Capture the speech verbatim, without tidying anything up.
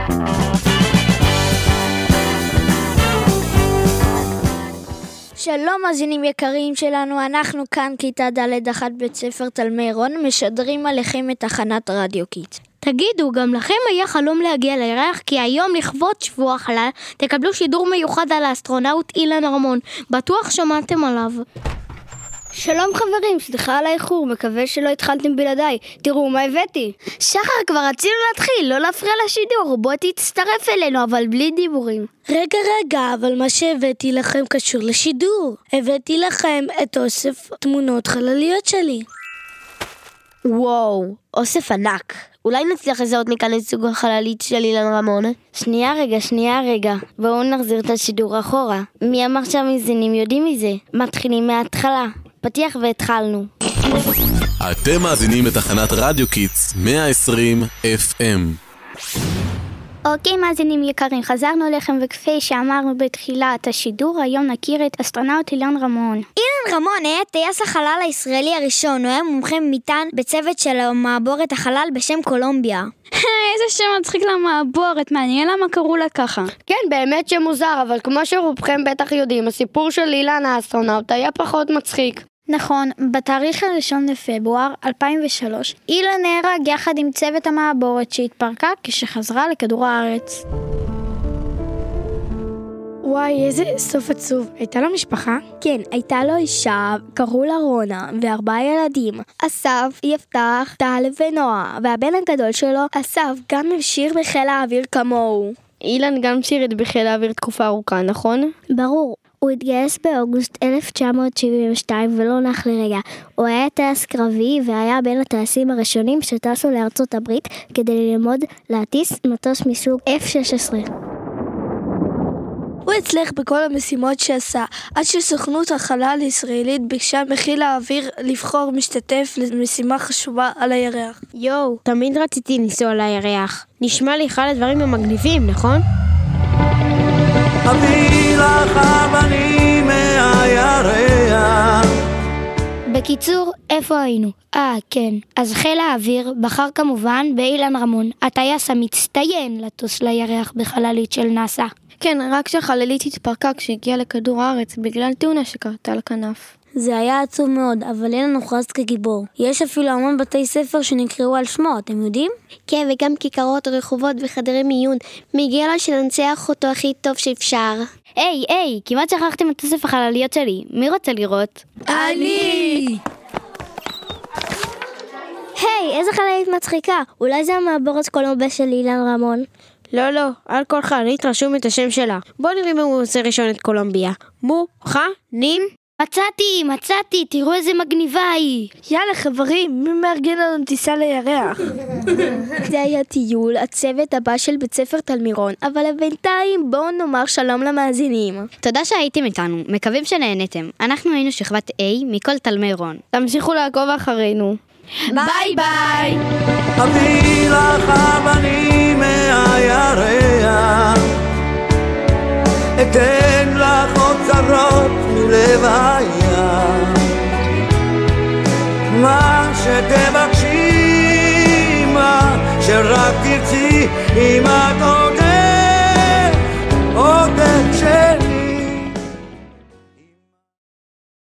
שלום מאזינים יקרים שלנו, אנחנו כאן כיתה ד' אחת בית ספר תלמי רון, משדרים עליכם את תחנת רדיו קיטס. תגידו, גם לכם היה חלום להגיע לירח? כי היום לכבוד שבוע החלל תקבלו שידור מיוחד על האסטרונאוט אילן רמון. בטוח שמעתם עליו. שלום חברים, סליחה על האיחור, מקווה שלא התחלתם בלעדיי. תראו מה הבאתי. שחר, כבר רצינו להתחיל, לא להפריע לשידור. בוא תצטרף אלינו, אבל בלי דיבורים. רגע רגע, אבל מה שהבאתי לכם קשור לשידור. הבאתי לכם את אוסף תמונות חלליות שלי. וואו, אוסף ענק. אולי נצליח לזהות מכאן את סוג החללית של אילן רמון? שנייה רגע, שנייה רגע. בואו נחזיר את השידור אחורה. מי אמר שהמאזינים יודעים מזה? מתחילים מההתחלה. פתיח והתחלנו. אתם מאזינים לתחנת רדיו קיטס מאה ועשרים אף אם. אוקיי מאזינים יקרים, חזרנו אליכם וכפי שאמרנו בתחילת השידור, היום נכיר את אסטרונאוט אילן רמון. אילן רמון היה טייס החלל הישראלי הראשון, הוא היה מומחה מטען בצוות של מעבורת החלל בשם קולומביה. איזה שם מצחיק למעבורת, מעניין למה קראו לה ככה. כן, באמת שם מוזר, אבל כמו שרובכם בטח יודעים, הסיפור של אילן האסטרונאוט היה פחות מצחיק. נכון, בתאריך הראשון לפברואר אלפיים ושלוש, אילן נהרג יחד עם צוות המעבורת שהתפרקה כשחזרה לכדור הארץ. וואי, איזה סוף עצוב. הייתה לו משפחה? כן, הייתה לו אישה, קראו לה רונה, וארבעה ילדים. אסף, יפתח, טל ונועה, והבן הגדול שלו, אסף, גם המשיך בחיל האוויר כמוהו. אילן גם שירת בחיל האוויר תקופה ארוכה, נכון? ברור. הוא התגייס באוגוסט אלף תשע מאות שבעים ושתיים ולא נח לרגע. הוא היה טייס קרבי והיה בין הטייסים הראשונים שטסו לארצות הברית כדי ללמוד להטיס מטוס מסוג אף שש עשרה. הוא הצליח בכל המשימות שעשה, עד שסוכנות החלל הישראלית ביקשה מחיל האוויר לבחור משתתף למשימה חשובה על הירח. יואו, תמיד רציתי לנסוע על הירח. נשמע לי אחד הדברים המגניבים, נכון? אביא לך אבנים מהירח. בקיצור, איפה היינו? אה, כן. אז חיל האוויר בחר כמובן באילן רמון, הטייס המצטיין לטוס לירח בחללית של נאסא. כן, רק שהחללית התפרקה כשהגיעה לכדור הארץ בגלל תאונה שקרתה לכנף. זה היה עצוב מאוד, אבל אילן הוכרז כגיבור. יש אפילו המון בתי ספר שנקראו על שמו, אתם יודעים? כן, וגם כיכרות, רחובות וחדרי מיון. מגיע לו שננצח אותו הכי טוב שאפשר. היי, היי, כמעט שכחתם את אוסף החלליות שלי. מי רוצה לראות? אני! היי, איזה חללית מצחיקה. אולי זה המעבורת קולומביה של אילן רמון? לא, לא, על כל חללית רשום את השם שלה. בוא נראה מה הוא עושה ראשון את קולומביה. מוכנים? מצאתי, מצאתי, תראו איזה מגניבה היא. יאללה חברים, מי מארגן לנו טיסה לירח? זה היה טיול, הצוות הבא של בית ספר תלמירון, אבל בינתיים בואו נאמר שלום למאזינים. תודה שהייתם איתנו, מקווים שנהנתם. אנחנו היינו שכבת A מכל תלמי רון. תמשיכו לעקוב אחרינו. ביי ביי. אביא לך אבנים מהירח, אתן לך אוצרות מלב הים, מה שתבקשי, מה שרק תרצי, אם את עוד